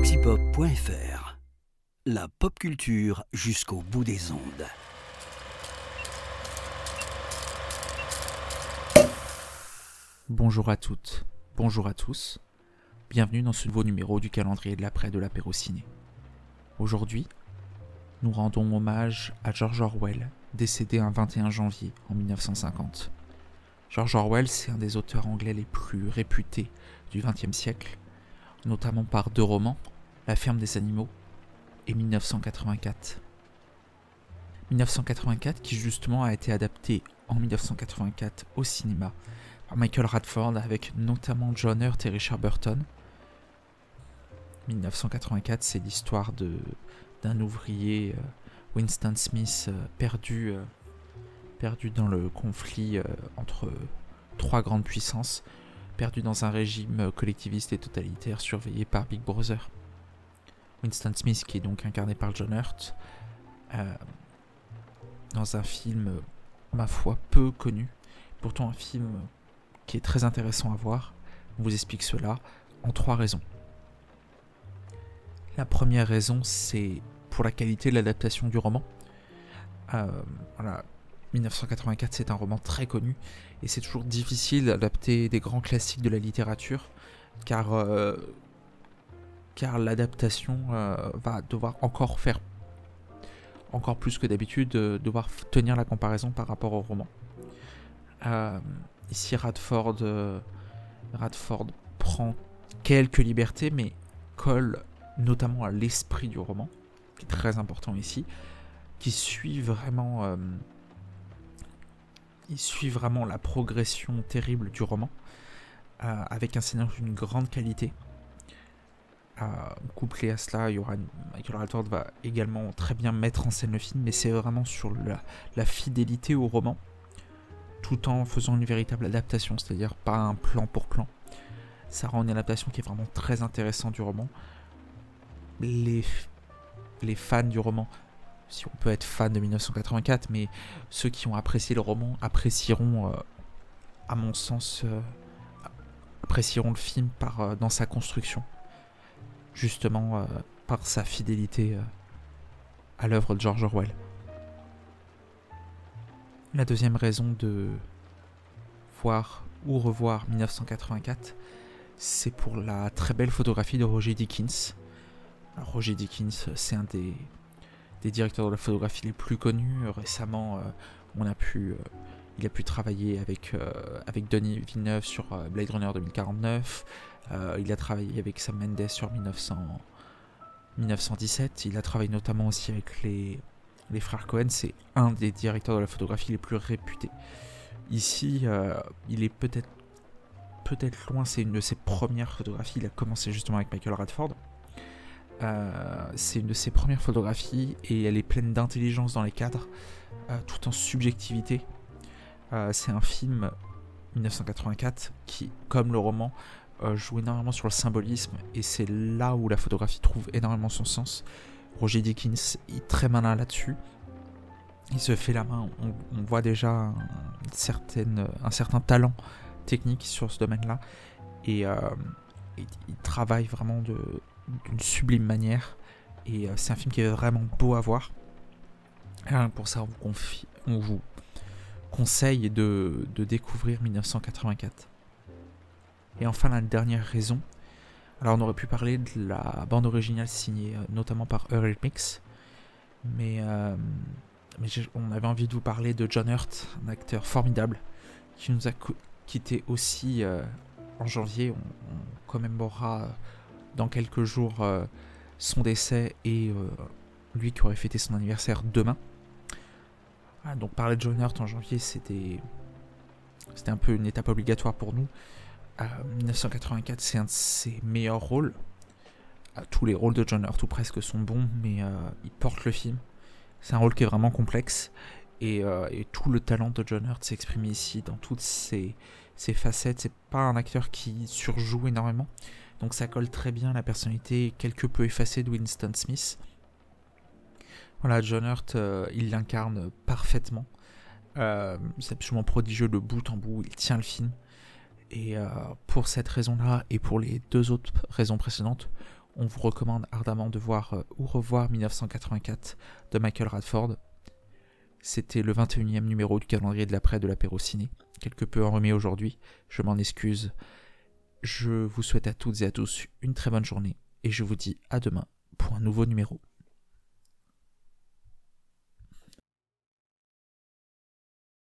Antipop.fr. La pop culture jusqu'au bout des ondes. Bonjour à toutes, bonjour à tous. Bienvenue dans ce nouveau numéro du calendrier de l'après de l'apéro ciné. Aujourd'hui, nous rendons hommage à George Orwell, décédé un 21 janvier en 1950. George Orwell, c'est un des auteurs anglais les plus réputés du XXe siècle, notamment par deux romans, La ferme des animaux et 1984. 1984 qui justement a été adapté en 1984 au cinéma par Michael Radford avec notamment John Hurt et Richard Burton. 1984, c'est l'histoire d'un ouvrier, Winston Smith, perdu dans le conflit entre trois grandes puissances, perdu dans un régime collectiviste et totalitaire surveillé par Big Brother. Winston Smith, qui est donc incarné par John Hurt, dans un film, ma foi, peu connu, pourtant un film qui est très intéressant à voir. On vous explique cela en trois raisons. La première raison, c'est pour la qualité de l'adaptation du roman. 1984, c'est un roman très connu, et c'est toujours difficile d'adapter des grands classiques de la littérature, car l'adaptation va devoir encore faire encore plus que d'habitude, devoir tenir la comparaison par rapport au roman. Ici, Radford prend quelques libertés, mais colle notamment à l'esprit du roman, qui est très important ici, qui suit vraiment la progression terrible du roman, avec un scénario d'une grande qualité. Couplé à cela, Michael Radford va également très bien mettre en scène le film, mais c'est vraiment sur la fidélité au roman, tout en faisant une véritable adaptation, c'est-à-dire pas un plan pour plan. Ça rend une adaptation qui est vraiment très intéressante du roman. Les fans du roman, si on peut être fan de 1984, mais ceux qui ont apprécié le roman apprécieront, à mon sens, apprécieront le film dans sa construction, justement par sa fidélité à l'œuvre de George Orwell. La deuxième raison de voir ou revoir 1984, c'est pour la très belle photographie de Roger Deakins. Alors, Roger Deakins, c'est un des directeurs de la photographie les plus connus. Récemment, il a pu travailler avec Denis Villeneuve sur Blade Runner 2049. Il a travaillé avec Sam Mendes sur 1917. Il a travaillé notamment aussi avec les frères Cohen. C'est un des directeurs de la photographie les plus réputés. Ici, il est peut-être loin, c'est une de ses premières photographies. Il a commencé justement avec Michael Radford. C'est une de ses premières photographies et elle est pleine d'intelligence dans les cadres, tout en subjectivité. C'est un film 1984 qui, comme le roman, joue énormément sur le symbolisme, et c'est là où la photographie trouve énormément son sens. Roger Deakins est très malin là-dessus. Il se fait la main, on voit déjà un certain talent technique sur ce domaine-là, et il travaille vraiment d'une sublime manière, et c'est un film qui est vraiment beau à voir. Pour ça, on vous conseille de découvrir 1984. Et enfin, la dernière raison, alors on aurait pu parler de la bande originale signée notamment par Eurythmics, mais on avait envie de vous parler de John Hurt, un acteur formidable qui nous a quitté aussi en janvier. On commémorera dans quelques jours son décès, et lui qui aurait fêté son anniversaire demain. Donc parler de John Hurt en janvier, c'était un peu une étape obligatoire pour nous. 1984, c'est un de ses meilleurs rôles. Tous les rôles de John Hurt, ou presque, sont bons, mais il porte le film. C'est un rôle qui est vraiment complexe, et tout le talent de John Hurt s'exprime ici dans toutes ses facettes. C'est pas un acteur qui surjoue énormément, donc ça colle très bien à la personnalité quelque peu effacée de Winston Smith. Voilà, John Hurt, il l'incarne parfaitement. C'est absolument prodigieux de bout en bout, il tient le film. Et pour cette raison-là, et pour les deux autres raisons précédentes, On vous recommande ardemment de voir ou revoir 1984 de Michael Radford. C'était le 21e numéro du calendrier de l'après de l'apéro ciné, quelque peu enrhumé aujourd'hui, je m'en excuse. Je vous souhaite à toutes et à tous une très bonne journée et je vous dis à demain pour un nouveau numéro.